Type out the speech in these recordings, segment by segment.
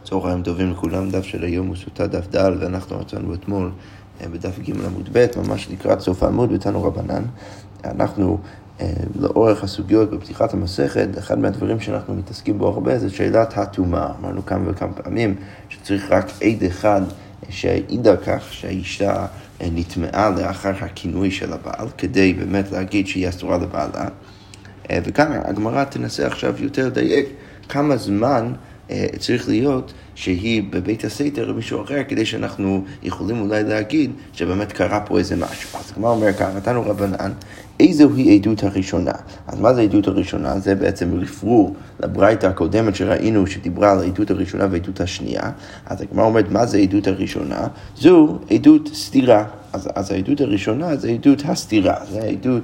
צהריים טובים לכולם, דף של היום הוא סוטה דף ד' ואנחנו מצאנו אתמול בדף ג' עמוד ב', ממש לקראת סוף העמוד בתנו רבנן. אנחנו לאורך הסוגיות בפתיחת המסכת, אחד מהדברים שאנחנו מתעסקים בו הרבה זה שאלת הטומאה. אמרנו כמה וכמה פעמים שצריך רק עד אחד שיעיד על כך שהאישה נטמעה לאחר הכינוי של הבעל, כדי באמת להגיד שהיא אסורה לבעלה. וכאן הגמרא תנסה עכשיו יותר לדייק כמה זמן צריך להיות שהיא בבית הסתר או מישהו אחר, כדי שאנחנו יכולים אולי להגיד שבאמת קרה פה איזה משהו. אז כמו אומר כאן, נתנו רבנן, איזו היא עדות הראשונה? אז מה זה העדות הראשונה? זה בעצם רפרור לברייתא הקודמת שראינו שדיברה על העדות הראשונה והעדות השנייה. אז כמו אומרת, מה זה העדות הראשונה? זו עדות סתירה. אז העדות הראשונה זה העדות הסתירה. זה העדות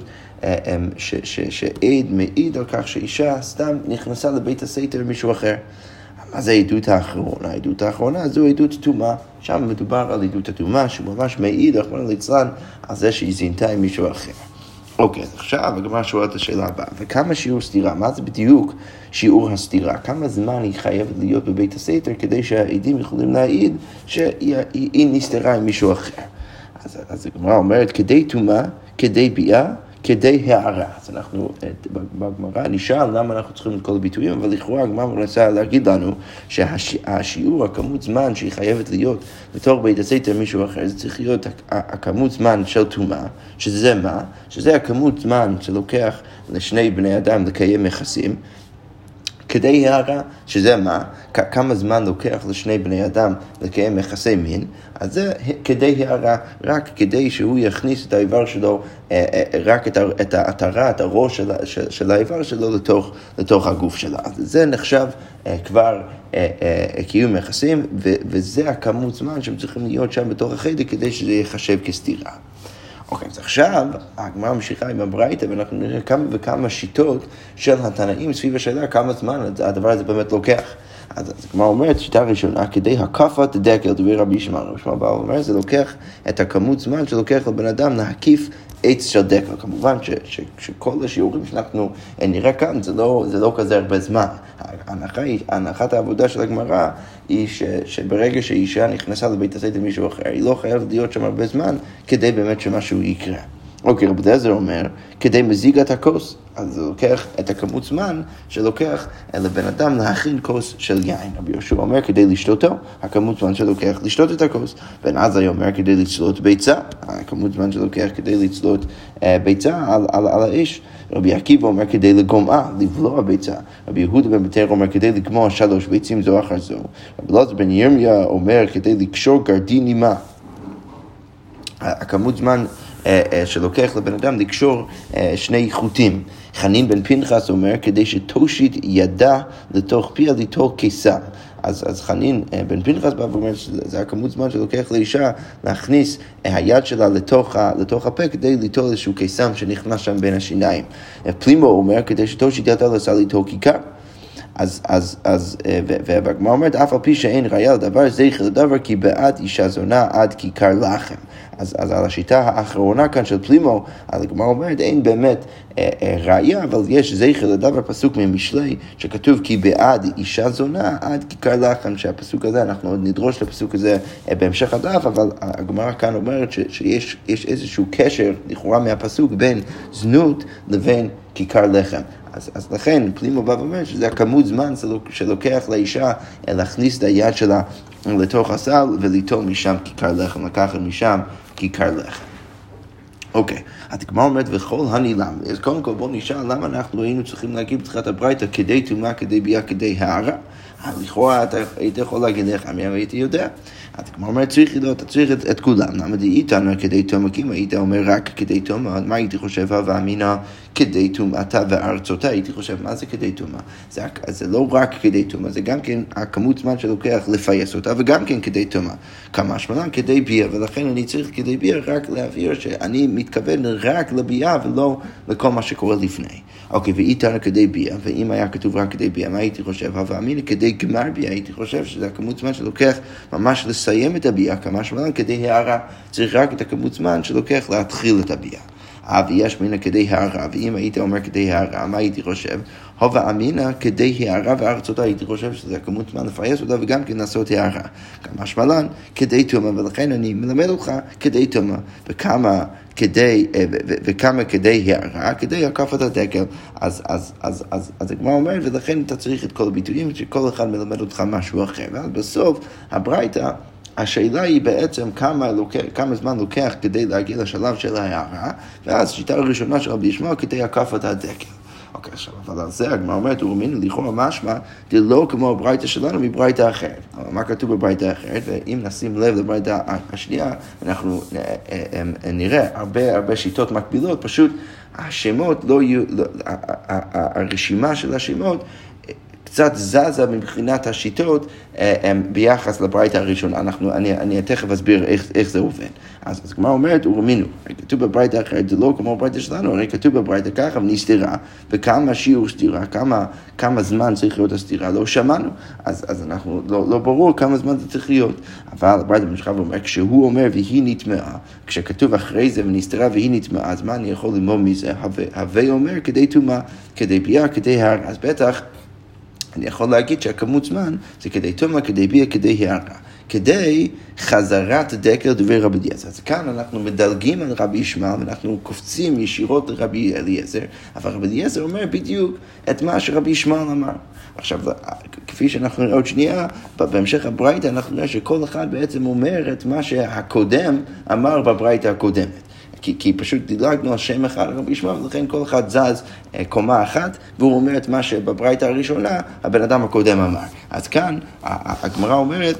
שעד מעיד על כך שאישה סתם נכנסה לבית הסתר מישהו אחר. מה זה העדות האחרונה? העדות האחרונה זו עדות טומאה. שם מדובר על עדות הטומאה שהוא ממש מעיד רחמנא ליצלן על זה שהיא זינתה עם מישהו אחר. אוקיי, אז עכשיו הגמרא שואלת את השאלה הבאה, וכמה שיעור סתירה? מה זה בדיוק שיעור הסתירה? כמה זמן היא חייבת להיות בבית הסתר כדי שהעדים יכולים להעיד שהיא נסתרה עם מישהו אחר? אז הגמרא אומרת, כדי טומאה, כדי ביאה, כדי הערה. אז אנחנו בגמרא נשאל למה אנחנו צריכים את כל הביטויים, אבל לכאורה הגמרא מנסה להגיד לנו שהשיעור, הכמות זמן שהיא חייבת להיות בתוך בית הסתר מישהו אחר, זה צריך להיות הכמות זמן של טומאה, שזה מה? שזה הכמות זמן שלוקח לשני בני אדם לקיים יחסים, כדי הערה, שזה מה? כמה זמן לוקח לשני בני אדם לקיים יחסי מין, אז זה כדי הערה, רק כדי שהוא יכניס את האיבר שלו, רק את העטרה, את הראש של האיבר שלו לתוך הגוף שלה. אז זה נחשב כבר קיום יחסים, וזה הכמות זמן שהם צריכים להיות שם בתוך החדר כדי שזה יחשב כסתירה. אוקיי, אז עכשיו הגמרא ממשיכה עם הברייתא, ואנחנו נראה כמה וכמה שיטות של התנאים סביב השאלה כמה זמן הדבר הזה באמת לוקח. אז הגמרא אומרת, שיטה ראשונה, כדי הקפת דקל, דברי רבי ישמעאל. רבי ישמעאל בא ואומר, זה לוקח את הכמות זמן שלוקח לבן אדם להקיף עץ של דקל. כמובן שכל השיעורים שאנחנו נראה כאן, זה לא כזה הרבה זמן. הנחת העבודה של הגמרא היא שברגע שאישה נכנסה לבית הסתר מישהו אחר, היא לא חייבת להיות שם הרבה זמן כדי באמת שמשהו יקרה. אוקיי, רבי אליעזר אומר, כדי מזיגת הכוס, אז זה לוקח את הכמות זמן שלוקח לבן אדם להכין כוס של יין. רבי יהושע אומר, כדי לשתותו, הכמות זמן שלוקח לשתות את הכוס. בן עזאי אומר, כדי לצלות ביצה, הכמות זמן שלוקח כדי לצלות ביצה על האש. רבי עקיבא אומר, כדי לגומעה, לבלוע ביצה. רבי יהודה בן בתר אומר, כדי לגמוע 3 ביצים זו אחר זו. רבי אלעזר בן ירמיה אומר, כדי לקשור גרדין נימה. הכמות זמן שלוקח לבן אדם לקשור 2 חוטים. חנין בן פנחס אומר, כדי שתושיט ידה לתוך פיה ליטול קיסם. אז חנין בן פנחס בא ואומר שזה הכמות זמן שלוקח לאישה להכניס היד שלה לתוך הפה כדי ליטול איזשהו קיסם שנכנס שם בין השיניים. פלימו אומר, כדי שתושיט ידה לסל ליטול כיכר. והגמרא אומרת, אף על פי שאין ראיה לדבר, זכר לדבר, כי בעד אישה זונה עד כיכר לחם. אז על השיטה האחרונה כאן של פלימו, הגמרא אומרת, אין באמת ראיה, אבל יש זכר לדבר, פסוק ממשלי, שכתוב כי בעד אישה זונה עד כיכר לחם, שהפסוק הזה, אנחנו עוד נדרוש לפסוק הזה בהמשך הדף, אבל הגמרא כאן אומרת שיש איזשהו קשר, לכאורה מהפסוק, בין זנות לבין כיכר לחם. אז לכן פלימו בא ואומר שזה הכמות זמן שלוקח לאישה להכניס את היד שלה לתוך הסל וליטול משם כיכר לחם, לקחת משם כיכר לחם. אוקיי, הגמרא אומרת וכל הנילם. אז קודם כל בואו נשאל למה אנחנו היינו צריכים להגיד בתחילת הברייתא כדי טומאה, כדי ביאה, כדי הערה. לכאורה אתה היית יכול להגיד לך, אני הייתי יודע. הגמרא אומרת אתה צריך את כולם. למה דאיתנא כדי טומאה? כי אם היית אומר רק כדי טומאה, מה הייתי חושב? ואמינא כדי טומאתה וארצותה. הייתי חושב מה זה כדי טומאה? זה לא רק כדי טומאה, זה גם כן הכמות זמן שלוקח לפייס אותה, וגם כן כדי טומאה. כמה שמלן כדי ביאה, ולכן אני צריך כדי ביאה רק להבהיר שאני מתכוון רק לביאה ולא לכל מה שקורה לפני. אוקיי, ואיתנא כדי ביאה, ואם היה כתוב רק כדי ביאה, מה הייתי חושב? ואמינא כדי גמר ביאה, הייתי חושב שזה הכמות זמן שלוקח ממש לסיים את הביאה, כמה שמלן כדי הערה, צריך רק את הכמות זמן שלוקח להתחיל את הביאה. ויש מינה כדי הערה, ואם היית אומר כדי הערה, מה הייתי חושב? הווה אמינה כדי הערה וארצותה, הייתי חושב שזה כמות זמן לפייס אותה וגם כן לעשות הערה. גם השמלן כדי תומה, ולכן אני מלמד אותך כדי תומה, וכמה כדי הערה, כדי הקפת הדקל. אז הגמרא אומרת, ולכן אתה צריך את כל הביטויים, שכל אחד מלמד אותך משהו אחר. ואז בסוף, הברייתא, השאלה היא בעצם כמה זמן לוקח כדי להגיע לשלב של ההערה, ואז השיטה הראשונה של רבי ישמעאל כדי הקפת הדקל. אוקיי, עכשיו, אבל על זה הגמרא אומרת, ורמין לכאורה משמע, זה לא כמו הברייתא שלנו מברייתא אחרת. אבל מה כתוב בברייתא אחרת? ואם נשים לב לברייתא השנייה, אנחנו נראה הרבה שיטות מקבילות, פשוט השמות לא יהיו, הרשימה של השמות, קצת זזה מבחינת השיטות ביחס לברייתא הראשונה. אני תכף אסביר איך זה עובד. אז כמו אומרת, ורמינו, כתוב בברייתא אחרת, זה לא כמו ברייתא שלנו, הרי כתוב בברייתא ככה, נסתירה, וכמה שיעור סתירה, כמה זמן צריך להיות הסתירה, לא שמענו. אז אנחנו, לא ברור כמה זמן זה צריך להיות. אבל הברייתא במשכב אומר, כשהוא אומר והיא נטמעה, כשכתוב אחרי זה ונסתירה והיא נטמעה, אז מה אני יכול ללמוד מזה? הווה אומר כדי תומה, כדי ביאה, כדי הערה. אז בטח, אני יכול להגיד שהכמות זמן זה כדי תומה, כדי ביאה, כדי הערה. כדי חזרת דקל דברי רבי אליעזר. אז כאן אנחנו מדלגים על רבי ישמעאל, ואנחנו קופצים ישירות לרבי אליעזר, אבל רבי אליעזר אומר בדיוק את מה שרבי ישמעאל אמר. עכשיו, כפי שאנחנו נראה עוד שנייה, בהמשך הברייתא אנחנו נראה שכל אחד בעצם אומר את מה שהקודם אמר בברייתא הקודמת. כי פשוט דילגנו על שם אחד רבי ישמעאל, ולכן כל אחד זז קומה אחת, והוא אומר את מה שבברייתא הראשונה הבן אדם הקודם אמר. אז כאן הגמרא אומרת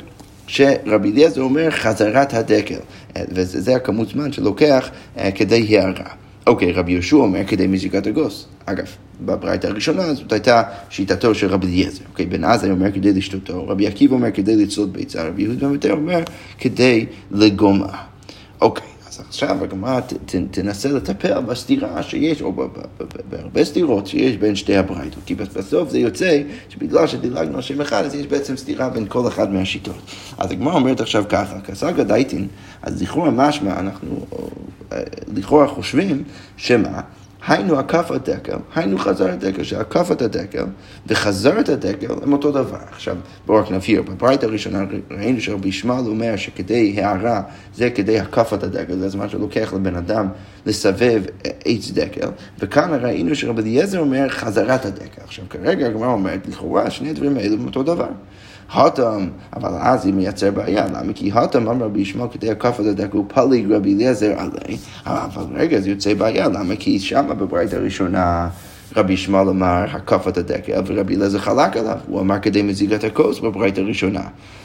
שרבי אליעזר אומר חזרת הדקל, וזה הכמות זמן שלוקח כדי הערה. אוקיי, רבי יהושע אומר כדי מזיקת הגוס. אגב, בברייתא הראשונה זאת הייתה שיטתו של רבי אליעזר. אוקיי, בן עזאי אומר כדי לשתותו, רבי עקיבא אומר כדי לצלות ביצה, רבי יהודה אומר כדי לגומעה. אוקיי. אז עכשיו הגמרא תנסה לטפל בסתירה שיש, או בהרבה סתירות שיש בין שתי הברייתות. כי בסוף זה יוצא שבגלל שדילגנו על שם אחד, אז יש בעצם סתירה בין כל אחד מהשיטות. אז הגמרא אומרת עכשיו ככה, כסגא דייטין, אז לכאורה משמע, אנחנו לכאורה חושבים שמה? היינו הקפת דקל, היינו חזרת דקל, שהקפת הדקל וחזרת הדקל הם אותו דבר. עכשיו, בואו רק נבהיר, בברייתא הראשונה ראינו שרבי ישמעאל אומר שכדי הערה זה כדי הקפת הדקל, זה הזמן שלוקח לבן אדם לסבב עץ דקל, וכאן ראינו שרבי אליעזר אומר חזרת הדקל. עכשיו, כרגע הגמרא אומרת, לכאורה שני הדברים האלו הם אותו דבר. התם, אבל אז היא מייצר בעיה, למה? כי התם אמר רבי ישמעאל כדי הקפת הדקל פליג רבי אליעזר עלי, אבל רגע זה יוצא בעיה, למה? כי שמה בברייתא הראשונה רבי ישמעאל אמר הקפת הדקל ורבי אליעזר חלק עליו, הוא אמר כדי מזיגת הכוס בברייתא הראשונה.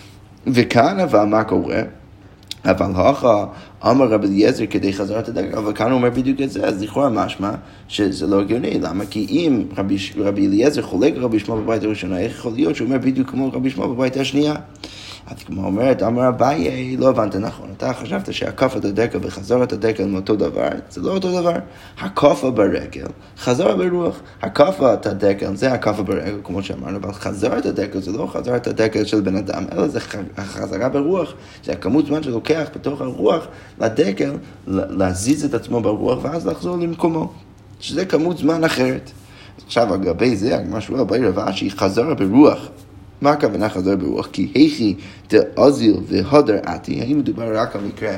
וכאן אבל מה קורה? אבל הכה אמר רבי אליעזר כדי חזרת הדקל, אבל כאן הוא אומר בדיוק את זה, אז לכאורה משמע שזה לא הגיוני, למה? כי אם רבי אליעזר חולק רבי ישמעאל בברייתא הראשונה, איך יכול להיות שהוא אומר בדיוק כמו רבי ישמעאל בברייתא השנייה? אז כמו אומרת, אמר אביי, לא הבנת נכון, אתה חשבת שהקפת הדקל וחזרת הדקל הם אותו דבר, זה לא אותו דבר. הקפה ברגל, חזר ברוח, הקפת הדקל זה הקפה ברגל, כמו שאמרנו, אבל חזרת הדקל זה לא חזרת הדקל של בן אדם, אלא זה החזרה ברוח, זה הכמות זמן שלוקח בתוך הרוח לדקל, להזיז את עצמו ברוח ואז לחזור למקומו, שזה כמות זמן אחרת. עכשיו, אגבי זה, משהו הבא רבה שהיא חזרה ברוח, מה הכוונה חזר ברוח? כי היכי דאזיל והדר עתי, האם מדובר רק על מקרה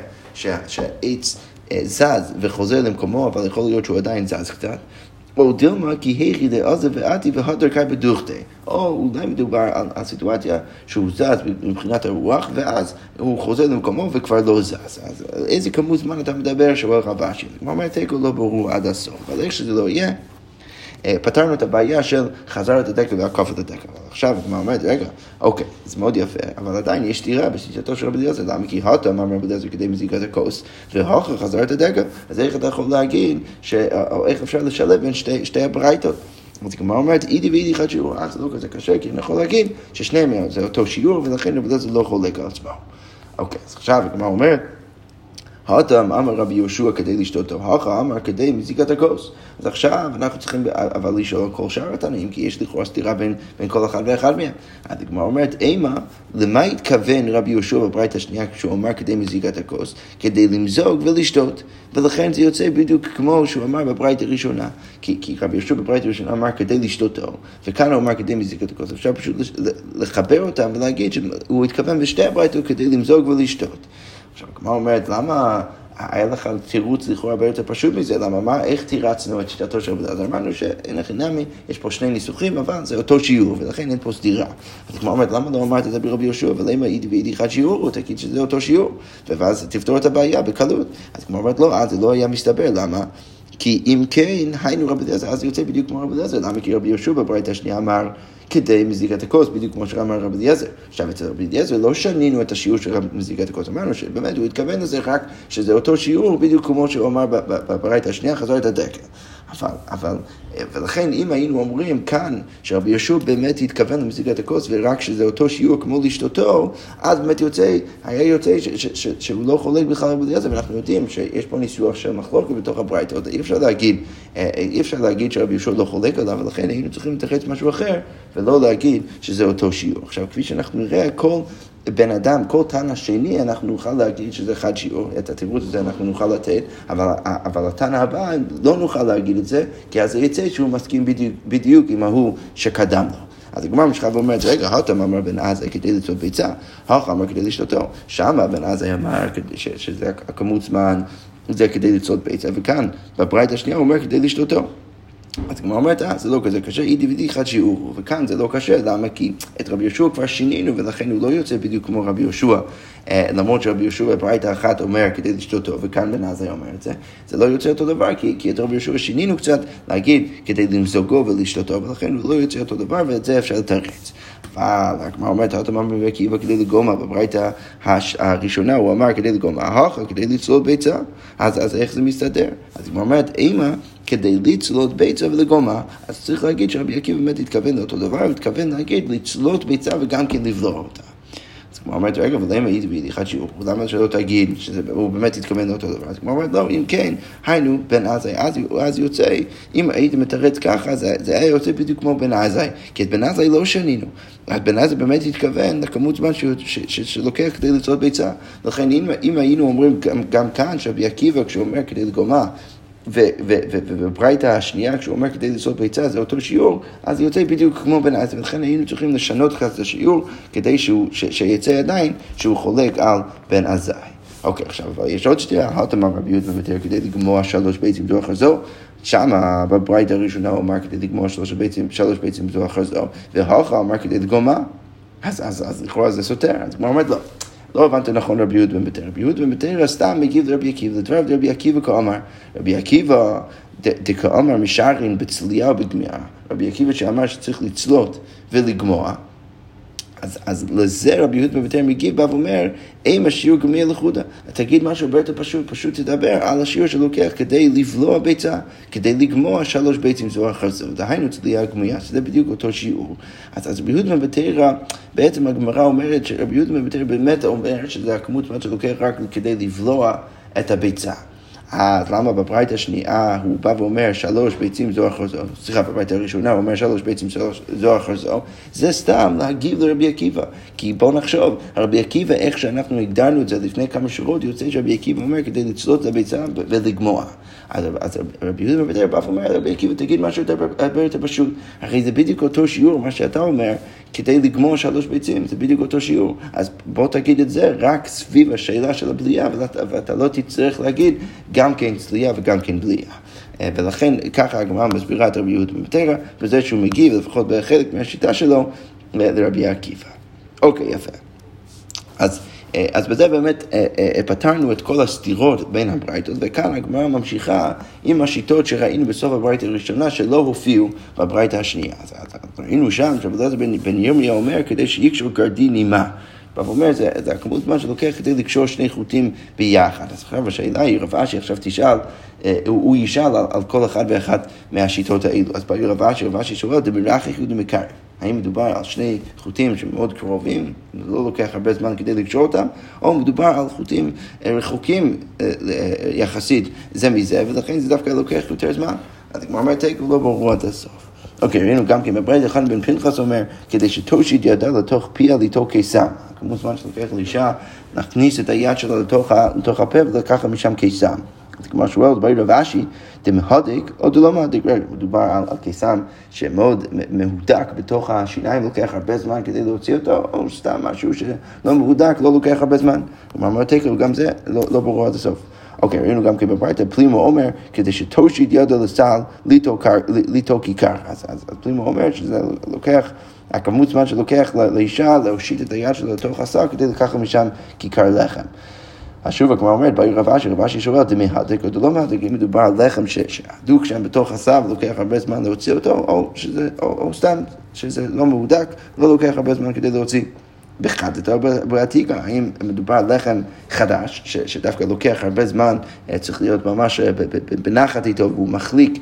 שהעץ זז וחוזר למקומו, אבל יכול להיות שהוא עדיין זז קצת, או דילמה כי היכי דאזיל ועתי והדר קאי בדוכתי, או אולי מדובר על סיטואציה שהוא זז מבחינת הרוח, ואז הוא חוזר למקומו וכבר לא זז. אז איזה כמות זמן אתה מדבר שואל רבה שלי? כמו אומר, תיקו לא ברור עד הסוף, אבל איך שזה לא יהיה, פתרנו את הבעיה של חזרת הדקל והקפת הדקל. עכשיו, מה אומרת? רגע, אוקיי, זה מאוד יפה, אבל עדיין יש סתירה בשיטתו של רבי אליעזר, למה? כי התם אמר רבי אליעזר כדי מזיגת הכוס, והכה חזרת הדקל. אז איך אתה יכול להגיד, או איך אפשר לשלב בין שתי הברייתות? אז כמו אומרת, אידי ואידי חד שיעור, זה לא כזה קשה, כי אני יכול להגיד ששניהם זה אותו שיעור, ולכן רבי אליעזר לא חולק על עצמו. אוקיי, אז עכשיו, כמו אומרת, הותם אמר רבי יהושע כדי לשתותו, הכה אמר כדי מזיקת הכוס. אז עכשיו אנחנו צריכים אבל לשאול על כל שאר התנאים, כי יש לכאורה סתירה בין כל אחד ואחד מהם. אז הגמרא אומרת, אימה, למה התכוון רבי יהושע בברייתא השנייה כשהוא אמר כדי מזיקת הכוס? כדי למזוג ולשתות. ולכן זה יוצא בדיוק כמו שהוא אמר בברייתא הראשונה. כי רבי יהושע בברייתא הראשונה אמר כדי לשתותו, וכאן הוא אמר כדי מזיקת הכוס. אפשר פשוט לחבר אותם ולהגיד שהוא התכוון בשתי הברייתות כדי למזוג ולשתות. עכשיו, הגמרא אומרת, למה היה לך תירוץ לכאורה הרבה יותר פשוט מזה? למה, איך תירצנו את שיטתו של רבי אליעזר? אמרנו שאין הכי נמי, יש פה שני ניסוחים, אבל זה אותו שיעור, ולכן אין פה סתירה. אז הגמרא אומרת, למה לא אמרת את זה ברבי יהושע? ולמה אידי אחד שיעור, תגיד שזה אותו שיעור, ואז תפתור את הבעיה בקלות. אז הגמרא אומרת, לא, זה לא היה מסתבר, למה? כי אם כן, היינו רבי אליעזר, אז יוצא בדיוק כמו רבי אליעזר. למה? כי רבי יהושע בברייתא השנייה אמר כדי מזיקת הכוס, בדיוק כמו שאמר רבי אליעזר. עכשיו אצל רבי אליעזר לא שנינו את השיעור של מזיקת הכוס, אמרנו שבאמת הוא התכוון לזה רק שזה אותו שיעור, בדיוק כמו שהוא אמר בברייתא השנייה, חזר את הדקל. ולכן אם היינו אומרים כאן שרבי יהושע באמת התכוון למזיקת הכוס ורק שזה אותו שיעור כמו לשתותו, אז באמת היה יוצא שהוא לא חולק בכלל רבי אליעזר, ואנחנו יודעים שיש פה ניסוח של מחלוקת בתוך הברייתות. אי אפשר להגיד שרבי יהושע לא חולק עליו, ולכן היינו צריכים להתייחס משהו אחר ולא להגיד שזה אותו שיעור. עכשיו, כפי שאנחנו נראה, כל בן אדם, כל תנא שני, אנחנו נוכל להגיד שזה אחד שיעור, את התירוץ הזה אנחנו נוכל לתת, אבל התנא הבא לא נוכל להגיד את זה, כי אז יצא שהוא מסכים בדיוק עם ההוא שקדם לו. אז הגמרא ממשיכה ואומרת, רגע, הותם אמר בן עזאי כדי לצלות ביצה, הכה אמר כדי לשתותו. שמה בן עזאי אמר שזה הכמות זמן, זה כדי לצלות ביצה, וכאן בברייתא השנייה הוא אומר כדי לשתותו. אז כמו אומרת, זה לא כזה קשה, אידי ודי אחד שיעור, וכאן זה לא קשה, למה? כי את רבי יהושע כבר שינינו, ולכן הוא לא יוצא בדיוק כמו רבי יהושע, למרות שרבי יהושע בברייתא אחת אומר כדי לשתותו, וכאן בן עזאי אומר את זה, זה לא יוצא אותו דבר, כי את רבי יהושע שינינו קצת להגיד כדי למזוגו ולשתותו, ולכן הוא לא יוצא אותו דבר, ואת זה אפשר לתרץ. אבל הגמרא אומרת, הותם אמר רבי עקיבא כדי לגומה, בברייתא הראשונה הוא אמר כדי לגומה, הכה כדי לצלות ביצה, אז איך זה מסתדר? אז הגמרא אומרת, אימה כדי לצלות ביצה ולגומה, אז צריך להגיד שרבי עקיבא באמת התכוון לאותו דבר, הוא התכוון להגיד לצלות ביצה וגם כן לבלוע אותה. אז כמו אומרת, רגע, ולמה הייתי בידי אחד שיעור? למה שלא תגיד שהוא באמת התכוון לאותו דבר? אז כמו אומרת, לא, אם כן, היינו בן עזאי, אז יוצא, אם הייתי מתרץ ככה, זה היה יוצא בדיוק כמו בן עזאי, כי את בן עזאי לא שנינו. אז בן עזאי באמת התכוון לכמות זמן שלוקח כדי לצלות ביצה. לכן, אם היינו אומרים גם כאן, שרבי עקיבא, כשהוא אומר כדי לגומה, ובברייתא השנייה, כשהוא אומר כדי לצלות ביצה, זה אותו שיעור, אז יוצא בדיוק כמו בן עזאי, ולכן היינו צריכים לשנות את השיעור, כדי שיצא עדיין שהוא חולק על בן עזאי. אוקיי, עכשיו, יש עוד שתייה, הותם אמר רבי יהודה ומתיר כדי לגמוע 3 ביצים זו אחר זו, שם בברייתא הראשונה הוא אמר כדי לגמוע 3 ביצים זו אחר זו, והכה אמר כדי לגמוע, אז לכאורה זה סותר, אז כמו אומרת, לא הבנת נכון רבי יהודה ומתיר. רבי יהודה ומתיר סתם מגיב לרבי עקיבא, לדבריו רבי עקיבא כאמר. רבי עקיבא דכאמר משארין בצלייה ובגמיעה. רבי עקיבא שאמר שצריך לצלות ולגמוע, אז לזה רבי יהודה ומתיר מגיב בא ואומר, אימה שיעור גמיע לחודה. תגיד משהו הרבה יותר פשוט תדבר על השיעור שלוקח כדי לבלוע ביצה, כדי לגמוע 3 ביצים זו אחר זו. דהיינו צלייה גמיעה, שזה בדיוק אותו שיעור. אז רבי יהודה ומתיר, בעצם הגמרא אומרת שרבי יהודה ומתיר באמת אומר שזה הכמות מה שלוקח רק כדי לבלוע את הביצה. אז למה בברייתא השנייה הוא בא ואומר 3 ביצים זו אחר זו, סליחה, בברייתא הראשונה הוא אומר 3 ביצים זו אחר זו, זה סתם להגיב לרבי עקיבא, כי בואו נחשוב, רבי עקיבא, איך שאנחנו הגדרנו את זה לפני כמה שורות, יוצא שרבי עקיבא אומר כדי לצלות את הביצה ולגמוע. אז רבי יהודה ומתיר בא ואומר לרבי עקיבא, תגיד משהו הרבה יותר פשוט, הרי זה בדיוק אותו שיעור, מה שאתה אומר, כדי לגמוע 3 ביצים, זה בדיוק אותו שיעור, אז בוא תגיד את זה רק סביב השאלה של הבליעה, ואתה לא תצטרך להגיד גם כן צלייה וגם כן בליעה. ולכן ככה הגמרא מסבירה את רבי יהודה ומתיר, וזה שהוא מגיב, לפחות בחלק מהשיטה שלו, לרבי עקיבא. אוקיי, יפה. אז בזה באמת פתרנו את כל הסתירות בין הברייתות, וכאן הגמרא ממשיכה עם השיטות שראינו בסוף הברייתא הראשונה שלא הופיעו בברייתא השנייה. אז ראינו שם שבדעת בן ירמיה אומר כדי שיקשור גרדי נימה. ואומר, זה הכמות זמן שלוקח כדי לקשור 2 חוטים ביחד. אז עכשיו השאלה היא, רב אשי עכשיו תשאל, הוא ישאל על כל אחד ואחת מהשיטות האלו. אז רב אשי שואל, דמרחיק ודמקרב. האם מדובר על שני חוטים שמאוד קרובים, לא לוקח הרבה זמן כדי לקשור אותם, או מדובר על חוטים רחוקים יחסית זה מזה, ולכן זה דווקא לוקח יותר זמן. אז כמו אומר, תיקו לא ברור עד הסוף. אוקיי, ראינו גם כן בברייתא יוחנן בן פנחס אומר, כדי שתושיט ידה לתוך פיה ליטול קיסם. כמות זמן שלוקח לאישה, נכניס את היד שלה לתוך הפה ולקחה משם קיסם. כמו שואל, דברי רב אשי, דמהדק או דלא מהדק. מדובר על קיסם שמאוד מהודק בתוך השיניים, לוקח הרבה זמן כדי להוציא אותו, או סתם משהו שלא מהודק, לא לוקח הרבה זמן. כלומר, תיקו גם זה לא ברור עד הסוף. אוקיי, ראינו גם כבברייתא, פלימו אומר, כדי שתושיט ידה לסל ליטול כיכר. אז פלימו אומר שזה לוקח, הכמות זמן שלוקח לאישה להושיט את היד שלה לתוך הסל כדי לקחת משם כיכר לחם. השוב, כמו אומרת, באי רב אשי שואל, דמהדק או דלא מהדק, אם מדובר על לחם שהדוק שם בתוך הסל ולוקח הרבה זמן להוציא אותו, או סתם שזה לא מהודק, לא לוקח הרבה זמן כדי להוציא. בחדתא בעתיקה, האם מדובר על לחם חדש, שדווקא לוקח הרבה זמן, צריך להיות ממש בנחת איתו, והוא מחליק,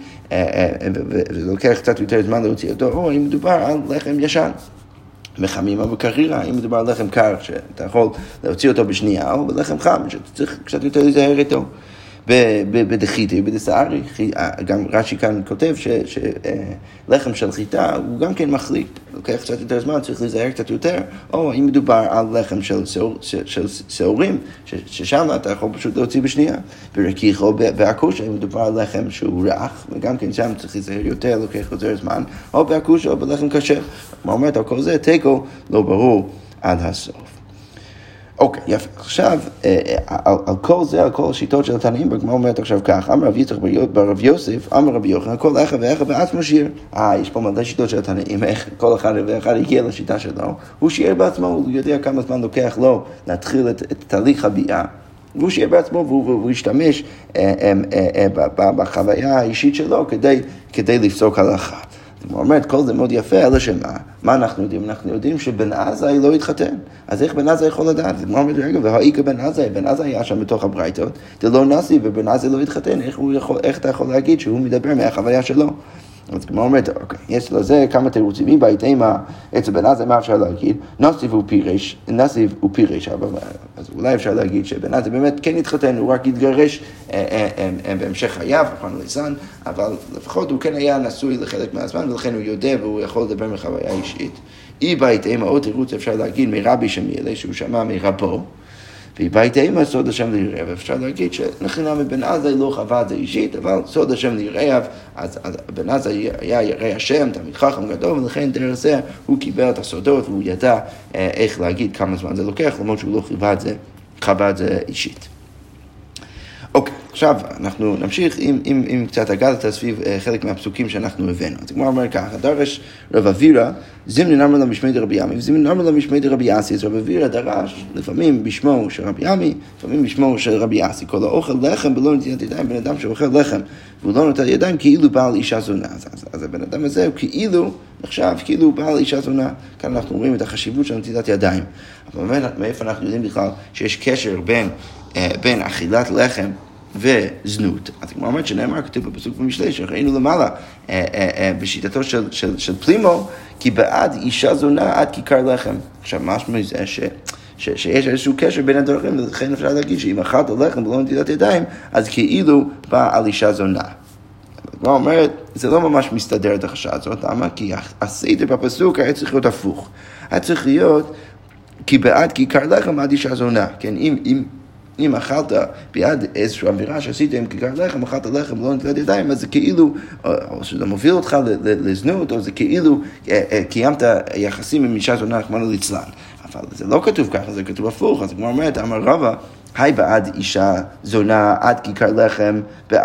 ולוקח קצת יותר זמן להוציא אותו, או אם מדובר על לחם ישן. מחמימה בקרירה, אם מדובר על לחם קר, שאתה יכול להוציא אותו בשנייה, או בלחם חם, שאתה צריך קצת יותר להיזהר איתו. בדחיתי, בדסערי, גם רש"י כאן כותב שלחם של חיטה הוא גם כן מחליק, לוקח קצת יותר זמן, צריך להיזהר קצת יותר, או אם מדובר על לחם של שעורים, ששם אתה יכול פשוט להוציא בשנייה, ברקיח או באקושה, אם מדובר על לחם שהוא רך, וגם כן שם צריך להיזהר יותר, לוקח יותר זמן, או באקושה או בלחם קשה. כמו אומרת, על כל זה, תיקו לא ברור עד הסוף. אוקיי, יפה. עכשיו, על כל זה, על כל השיטות של התנאים, בגמרא אומרת עכשיו כך, אמר רב יצחק ברב יוסף, אמר רבי יוחנן, כל אחד ואחד בעצמו שיער. יש פה מלא שיטות של התנאים, איך כל אחד ואחד הגיע לשיטה שלו, הוא שיער בעצמו, הוא יודע כמה זמן לוקח לו להתחיל את תהליך הביאה, והוא שיער בעצמו, והוא ישתמש בחוויה האישית שלו כדי לפסוק הלכה. הוא אומר, כל זה מאוד יפה, אלא שמה? מה אנחנו יודעים? אנחנו יודעים שבן עזאי לא התחתן. אז איך בן עזאי יכול לדעת? הוא אומר, רגע, והאיקה בן עזאי היה שם בתוך הברייתות, זה לא נשיא ובן עזאי לא התחתן, איך אתה יכול להגיד שהוא מדבר מהחוויה שלו? אז כמו אומרת, אוקיי, יש לזה כמה תירוצים, אם בית אימה, אצל בן עזאי, מה אפשר להגיד? נסיב הוא פירש, אז אולי אפשר להגיד שבן עזאי באמת כן התחתן, הוא רק התגרש בהמשך חייו, נכון ליסן, אבל לפחות הוא כן היה נשוי לחלק מהזמן, ולכן הוא יודע והוא יכול לדבר מחוויה אישית. אם בית אימה, עוד תירוץ אפשר להגיד מרבי שמיילה, שהוא שמע מרבו, ובית אימה סוד השם ליראיו, אפשר להגיד שנכינה מבן עזאי לא חווה את זה אישית, אבל סוד השם ליראיו, אז בן עזאי היה ירא השם, תלמיד חכם גדול, ולכן דרך זה הוא קיבל את הסודות, והוא ידע איך להגיד כמה זמן זה לוקח, למרות שהוא לא חווה את זה אישית. אוקיי, עכשיו אנחנו נמשיך עם קצת הגדת סביב חלק מהפסוקים שאנחנו הבאנו. אז כמו אומר ככה, דרש רב אבירה, זימנין אמר למשמי דרבי ימי, וזימנין אמר למשמי דרבי אסי. אז רב אבירה דרש לפעמים בשמו של רבי ימי, לפעמים בשמו של רבי אסי. כל האוכל לחם ולא נטילת ידיים, בן אדם שאוכל לחם והוא לא נוטל ידיים, כאילו בעל אישה זונה. אז הבן אדם הזה הוא כאילו נחשב כאילו בעל אישה זונה. כאן אנחנו רואים את החשיבות של נטילת ידיים. אבל מאיפה אנחנו יודעים בכלל שיש קשר בין אכילת לחם וזנות? אז כמו אומרת שנאמר, כתוב בפסוק במשלי, שראינו למעלה, בשיטתו של פלימו, כי בעד אישה זונה עד כיכר לחם. עכשיו, משמע זה שיש איזשהו קשר בין הדרכים, ולכן אפשר להגיד שאם אכלת לחם ולא נטילת ידיים, אז כאילו בא על אישה זונה. כמו אומרת, זה לא ממש מסתדר את החשש הזאת, למה? כי הסדר בפסוק היה צריך להיות הפוך. היה צריך להיות, כי בעד כיכר לחם עד אישה זונה. כן, אם אכלת ביד איזושהי אווירה שעשית עם כיכר לחם, אכלת לחם ולא נטילת ידיים, אז זה כאילו, או שזה מוביל אותך לזנות, או זה כאילו קיימת יחסים עם אישה זונה, רחמנא ליצלן. אבל זה לא כתוב ככה, זה כתוב הפוך. אז כמו אומרת, אמר רבא, היי בעד אישה זונה עד כיכר לחם,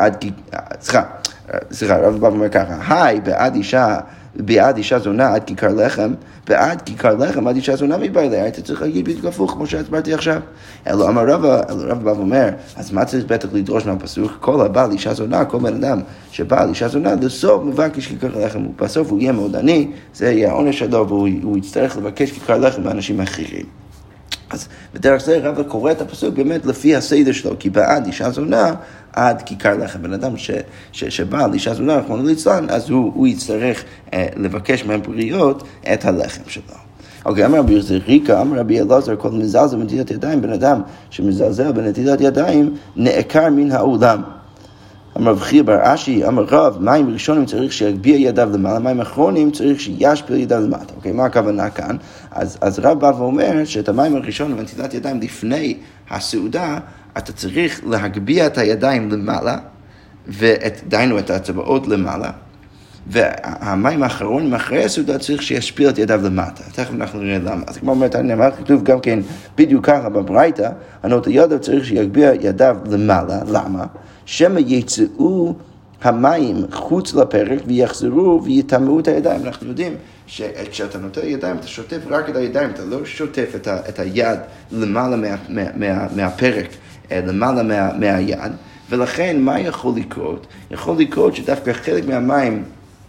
סליחה, רבא בא ואומר ככה, היי בעד אישה זונה עד כיכר לחם, בעד כיכר לחם עד אישה זונה מבעליה, היית צריך להגיד בדיוק הפוך, כמו שהסברתי עכשיו. אלא אמר רבא בא ואומר, אז מה צריך בטח לדרוש מהפסוק? כל הבעל אישה זונה, כל בן אדם שבעל אישה זונה, לסוף מבקש כיכר לחם, ובסוף הוא יהיה מאוד עני, זה יהיה העונש שלו, והוא יצטרך לבקש כיכר לחם מאנשים אחרים. אז בדרך זה רבא קורא את הפסוק באמת לפי הסדר שלו, כי בעד אישה זונה עד כיכר לחם. בן אדם שבא על אישה זונה, רחמנא ליצלן, אז הוא יצטרך לבקש מהבריות את הלחם שלו. אוקיי, אמר רבי זריקה, אמר רבי אלעזר, כל מזלזל בנטילת ידיים, בן אדם שמזלזל בנטילת ידיים, נעקר מן העולם. אמר רב חייא בר אשי, אמר רב, מים ראשונים צריך שיגביה ידיו למעלה, מים אחרונים צריך שישפיל ידיו למטה. אוקיי, מה הכוונה כאן? אז רב בא ואומר שאת המים הראשונים בנטילת ידיים לפני הסעודה, אתה צריך להגביה את הידיים למעלה, ודיינו את האצבעות למעלה, והמים האחרונים אחרי הסעודה צריך שישפיל את ידיו למטה. תכף אנחנו נראה למה. אז כמו אומרת, אני אמר, כתוב גם כן בדיוק ככה בברייתא, הנוטה ידיו צריך שיגביה ידיו למעלה. למה? שמא יצאו המים חוץ לפרק ויחזרו ויטמאו את הידיים. אנחנו יודעים שכשאתה נוטה ידיים, אתה שוטף רק את הידיים, אתה לא שוטף את היד למעלה מהפרק, למעלה מהיד, ולכן מה יכול לקרות? יכול לקרות שדווקא חלק מהמים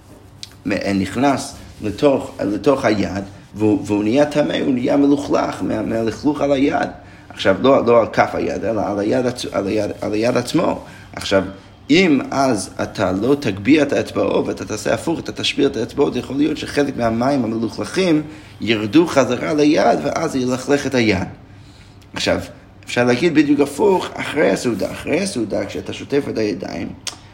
נכנס לתוך היד, והוא נהיה טמא, הוא נהיה מלוכלך, מהלכלוך על היד. עכשיו, לא על כף היד, אלא על היד עצמו. עכשיו, אם אז אתה לא תגביה את האצבעות ואתה תעשה הפוך, אתה תשפיל את האצבעות, יכול להיות שחלק מהמים המלוכלכים ירדו חזרה ליד, ואז ילכלך את היד. עכשיו, אפשר להגיד בדיוק הפוך, אחרי הסעודה, כשאתה שוטף את הידיים,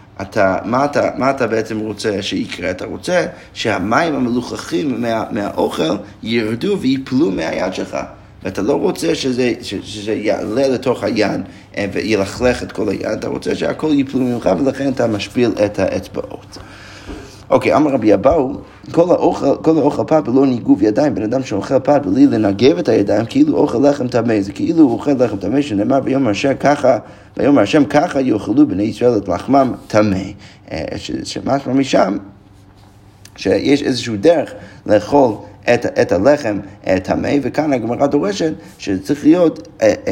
מה אתה בעצם רוצה שיקרה? אתה רוצה שהמים המלוכלכים מהאוכל ירדו ויפלו מהיד שלך. ואתה לא רוצה שזה יעלה לתוך היד וילכלך את כל היד, אתה רוצה שהכל ייפלו ממך, ולכן אתה משפיל את האצבעות. אוקיי, אמר רבי אבאו, כל האוכל פת בלא ניגוב ידיים, בן אדם שאוכל פת בלי לנגב את הידיים, כאילו אוכל לחם טמא, זה כאילו הוא אוכל לחם טמא, שנאמר ביום השם ככה יאכלו בני ישראל את לחמם טמא. שמשמע משם שיש איזשהו דרך לאכול את הלחם טמא, וכאן הגמרא דורשת שצריך להיות,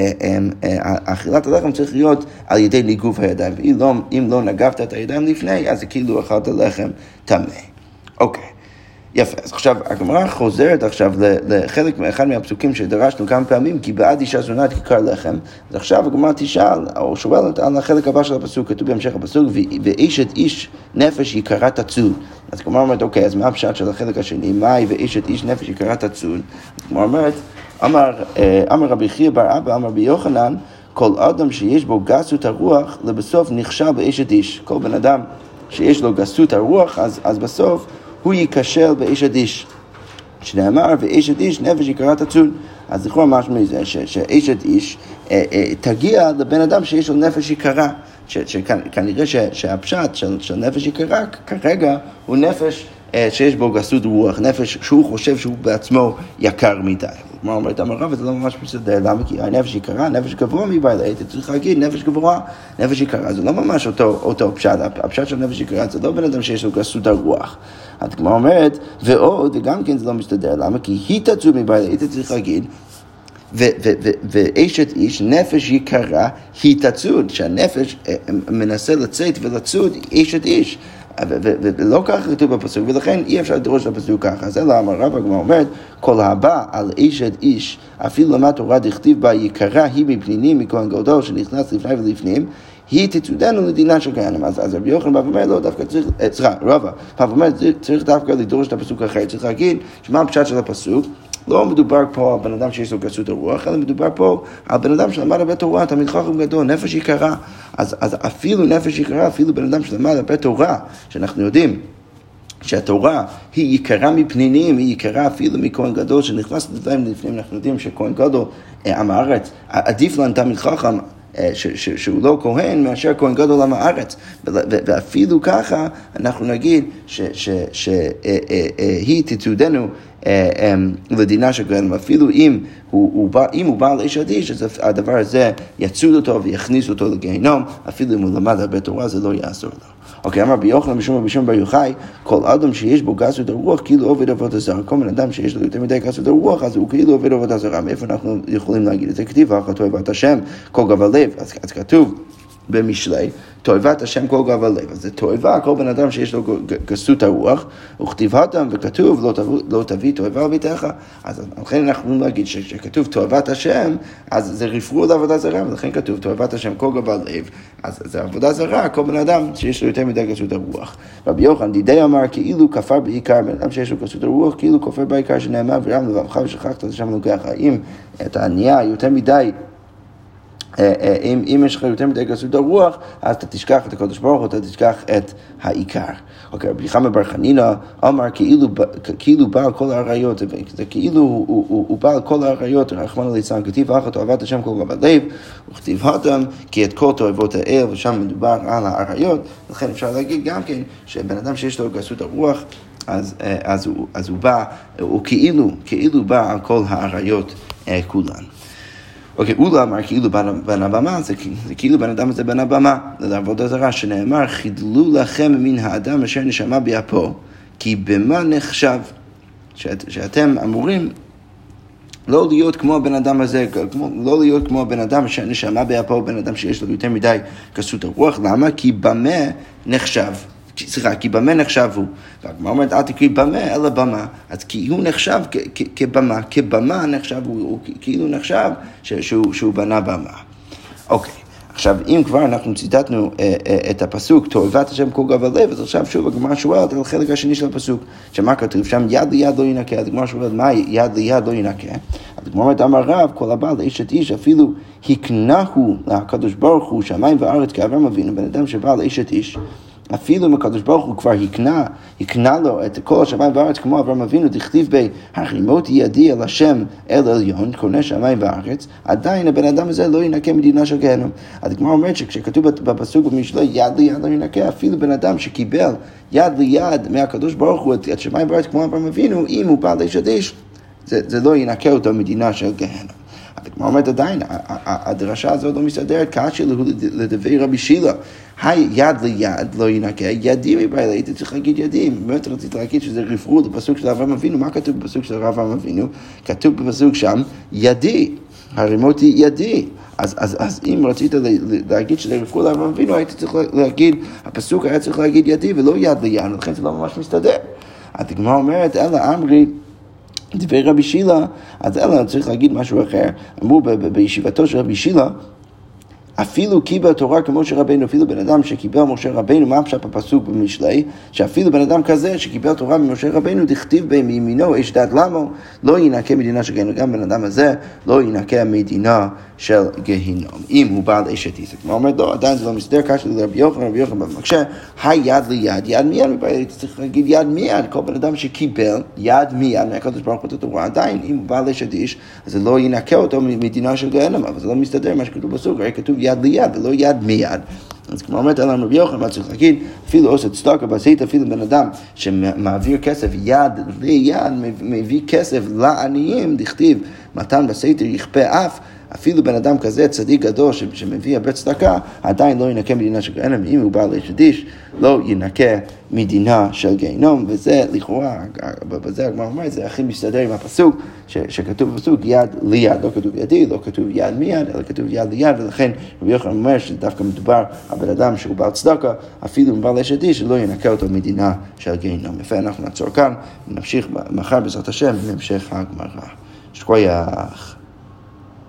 אכילת הלחם צריך להיות על ידי ניגוב הידיים, ואם לא נגבת את הידיים לפני, אז זה כאילו אכלת לחם טמא. אוקיי, יפה. אז עכשיו הגמרא חוזרת עכשיו לחלק מאחד מהפסוקים שדרשנו כמה פעמים, כי בעד אישה זונה כיכר לחם. אז עכשיו הגמרא תשאל, או שואלת על החלק הבא של הפסוק, כתוב בהמשך הפסוק, ואשת איש נפש יקרה תצוד. אז הגמרא אומרת, אוקיי, אז מה הפשט של החלק השני? מהי ואשת איש נפש יקרה תצוד? הגמרא אומרת, אמר רבי חייא בר אבא, אמר רבי יוחנן, כל אדם שיש בו גסות הרוח, לבסוף נכשל באשת איש. כל בן אדם שיש לו גסות הרוח, אז בסוף הוא ייכשל באשת איש. שנאמר, ואשת איש נפש יקרה תצוד. אז לכאורה משהו מזה, שאשת איש תגיע לבן אדם שיש לו נפש יקרה. שכנראה שהפשט של נפש יקרה כרגע הוא נפש שיש בו גסות רוח, נפש שהוא חושב שהוא בעצמו יקר מדי. מה אומרת אמרה, וזה לא ממש מסדר, למה? כי הנפש יקרה, נפש גבוה מבעלה, אתה צריך להגיד נפש גבוה, נפש יקרה, זה לא ממש אותו פשט, הפשט של נפש יקרה זה לא בן אדם שיש לו גסות הרוח. אז כמו אומרת, ועוד, וגם כן זה לא מסתדר, למה? כי היא תצוד מבעלה, אתה צריך להגיד, ואשת איש, נפש יקרה, היא תצוד, שהנפש מנסה לצאת ולצוד אשת איש. ולא ככה כתוב בפסוק, ולכן אי אפשר לדרוש לפסוק ככה. זה לא אמר רבא, כמו אומרת, כל הבא על אשת איש, אפילו למה תורה דכתיב בה יקרה, היא מפנינים, מכהן גדול שנכנס לפני ולפנים, היא תצודנו לדינה של גיהנום. אז רבי יוחנן בא ואומר, לא, דווקא צריך, רבא, בא ואומר, צריך דווקא לדרוש את הפסוק אחר, צריך להגיד, שמה הפשט של הפסוק? לא מדובר פה על בן אדם שיש לו גסות הרוח, אלא מדובר פה על בן אדם שלמד בבית תורה, תלמיד חכם גדול, נפש יקרה. אז אפילו נפש יקרה, אפילו בן אדם שלמד בבית תורה, שאנחנו יודעים שהתורה היא יקרה מפנינים, היא יקרה אפילו מכהן גדול שנכנס לפנים, אנחנו יודעים שכהן גדול עם הארץ, עדיף לנו תלמיד חכם שהוא לא כהן מאשר כהן גדול עם הארץ, ואפילו ככה אנחנו נגיד שהיא תצודנו לדינה של גיהנום. אפילו אם הוא בא על אשת איש, אז הדבר הזה יצוד אותו ויכניס אותו לגיהנום, אפילו אם הוא למד הרבה תורה זה לא יעזור לו. אוקיי, אמר רבי יוחנן משום רבי שמעון בר יוחאי, כל אדם שיש בו גסות הרוח כאילו עובד עבודה זרה. כל בן אדם שיש לו יותר מדי גסות הרוח, אז הוא כאילו עובד עבודה זרה. מאיפה אנחנו יכולים להגיד את זה? כתיב, ואהבת השם, כל גב הלב. אז כתוב במשלי, תועבת השם כל גב הלב. אז זה תועבה, כל בן אדם שיש לו גסות הרוח, וכתיבתם וכתוב לא תביא תועבה על ביתך. אז לכן אנחנו יכולים להגיד שכתוב תועבת השם, אז זה רפרור לעבודה זרה, ולכן כתוב תועבת השם כל גב הלב. אז זה עבודה זרה, כל בן אדם שיש לו יותר מדי גסות הרוח. רבי יוחנן דידי אמר כאילו כפר בעיקר, בן אדם שיש לו גסות הרוח, כאילו כופר בעיקר שנאמר ורם לבבך ושכחת את השם אלוקיך. אם אתה נהיה יותר מדי אם יש לך יותר מדי גסות הרוח, אז אתה תשכח את הקדוש ברוך הוא, אתה תשכח את העיקר. אוקיי, רבי חמא בר חנינא אמר כאילו בעל כל העריות, זה כאילו הוא בעל כל העריות, רחמנא ליצלן, כתיב אחת תועבת השם כל גב הלב, וכתיבתם כי את כל תועבות האל, ושם מדובר על העריות. לכן אפשר להגיד גם כן שבן אדם שיש לו גסות הרוח, אז הוא בא, הוא כאילו בא על כל העריות כולן. אוקיי, אולה אמר כאילו בן הבמה, זה כאילו בן אדם הזה בן הבמה, לעבודה זרה, שנאמר, חידלו לכם מן האדם אשר נשמה באפו, כי במה נחשב, שאתם אמורים לא להיות כמו הבן אדם הזה, לא להיות כמו הבן אדם אשר נשמה באפו, בן אדם שיש לו יותר מדי גסות הרוח. למה? כי במה נחשב. כי במה נחשב הוא, והגמרא אומרת אל תקריא במה אלא במה, אז כי הוא נחשב כבמה נחשב, הוא כאילו נחשב שהוא בנה במה. אוקיי, עכשיו אם כבר אנחנו ציטטנו את הפסוק תועבת השם כל גב הלב, אז עכשיו שוב הגמרא שואלת על החלק השני של הפסוק, שמה כתוב שם יד ליד לא ינקה, אז הגמרא שואלת מה יד ליד לא ינקה, אז הגמרא אומרת אמר רב כל הבעל לאשת איש אפילו הקנהו לקדוש ברוך הוא שמיים וארץ כאברהם אבינו, בן אדם שבא לאשת איש אפילו אם הקדוש ברוך הוא כבר הקנה לו את כל השמיים וארץ כמו אברהם אבינו, דכתיב בהרימותי ידי אל השם אל עליון, קונה שמיים וארץ, עדיין הבן אדם הזה לא ינקה מדינה של גיהנום. הגמרא אומרת שכשכתוב בפסוק במשלי יד ליד לא ינקה, אפילו בן אדם שקיבל יד ליד מהקדוש ברוך הוא את שמיים וארץ כמו אברהם אבינו, אם הוא בעל איש איש, זה לא ינקה אותו מדינה של גיהנום. הגמרא אומרת עדיין, הדרשה הזאת לא מסתדרת, קשה לדברי רבי שילה, היד ליד לא ינקה, ידי מבעלה, הייתי צריך להגיד ידי, באמת רציתי להגיד שזה רפרור לפסוק של אברהם אבינו. מה כתוב בפסוק של אברהם אבינו? כתוב בפסוק שם, ידי, הרימותי ידי. אז אם רצית להגיד שזה רפרור לאברהם אבינו, הייתי צריך להגיד, הפסוק היה צריך להגיד ידי ולא יד ליד, לכן זה לא ממש מסתדר. הגמרא אומרת, אלא אמרי, דברי רבי שילה, אז אלא צריך להגיד משהו אחר. אמרו בישיבתו של רבי שילה, אפילו קיבל תורה כמו משה רבינו, אפילו בן אדם שקיבל משה רבינו, מה פשט בפסוק במשלי? שאפילו בן אדם כזה שקיבל תורה ממשה רבינו, דכתיב בימינו אש דת למו, לא ינקה מדינה של גיהנום. גם בן אדם הזה לא ינקה מדינה של גיהנום, אם הוא בעל אשת איש. כמו אומרת, לא, עדיין זה לא מסתדר, קשה לרבי יוחנן, רבי יוחנן במקשה, היד ליד, יד מיד, צריך להגיד יד מיד, כל בן אדם שקיבל יד מיד מהקדוש ברוך הוא את התורה, עדיין אם הוא בעל אשת איש, אז זה לא ינקה אותו מדינה של גיהנום, אבל זה לא מסתדר מה שכתוב בפסוק, הרי כתוב יד ליד ולא יד מיד. אז כמו אומרת אלא רבי יוחנן, מה צריך להגיד? אפילו עושה צדקה בעשית, אפילו בן אדם שמעביר כסף יד ליד, מביא כסף לעניים, דכתיב מתן בסתר יכפה אף, אפילו בן אדם כזה צדיק גדול שמביא הרבה צדקה, עדיין לא ינקה מדינה של גיהנום. אם הוא בעל אשת איש, לא ינקה מדינה של גיהנום. וזה לכאורה, בזה הגמרא אומרת, זה הכי מסתדר עם הפסוק שכתוב בפסוק יד ליד, לא כתוב ידי, לא כתוב יד מיד, אלא כתוב יד ליד. ולכן רבי יוחנן אומר שדווקא מדובר על בן אדם שהוא בעל צדקה, אפילו אם בעל אשת איש, שלא ינקה אותו מדינה של גיהנום. יפה, אנחנו נעצור כאן ונמשיך מחר בעזרת השם בהמשך הגמרא. שכוייח.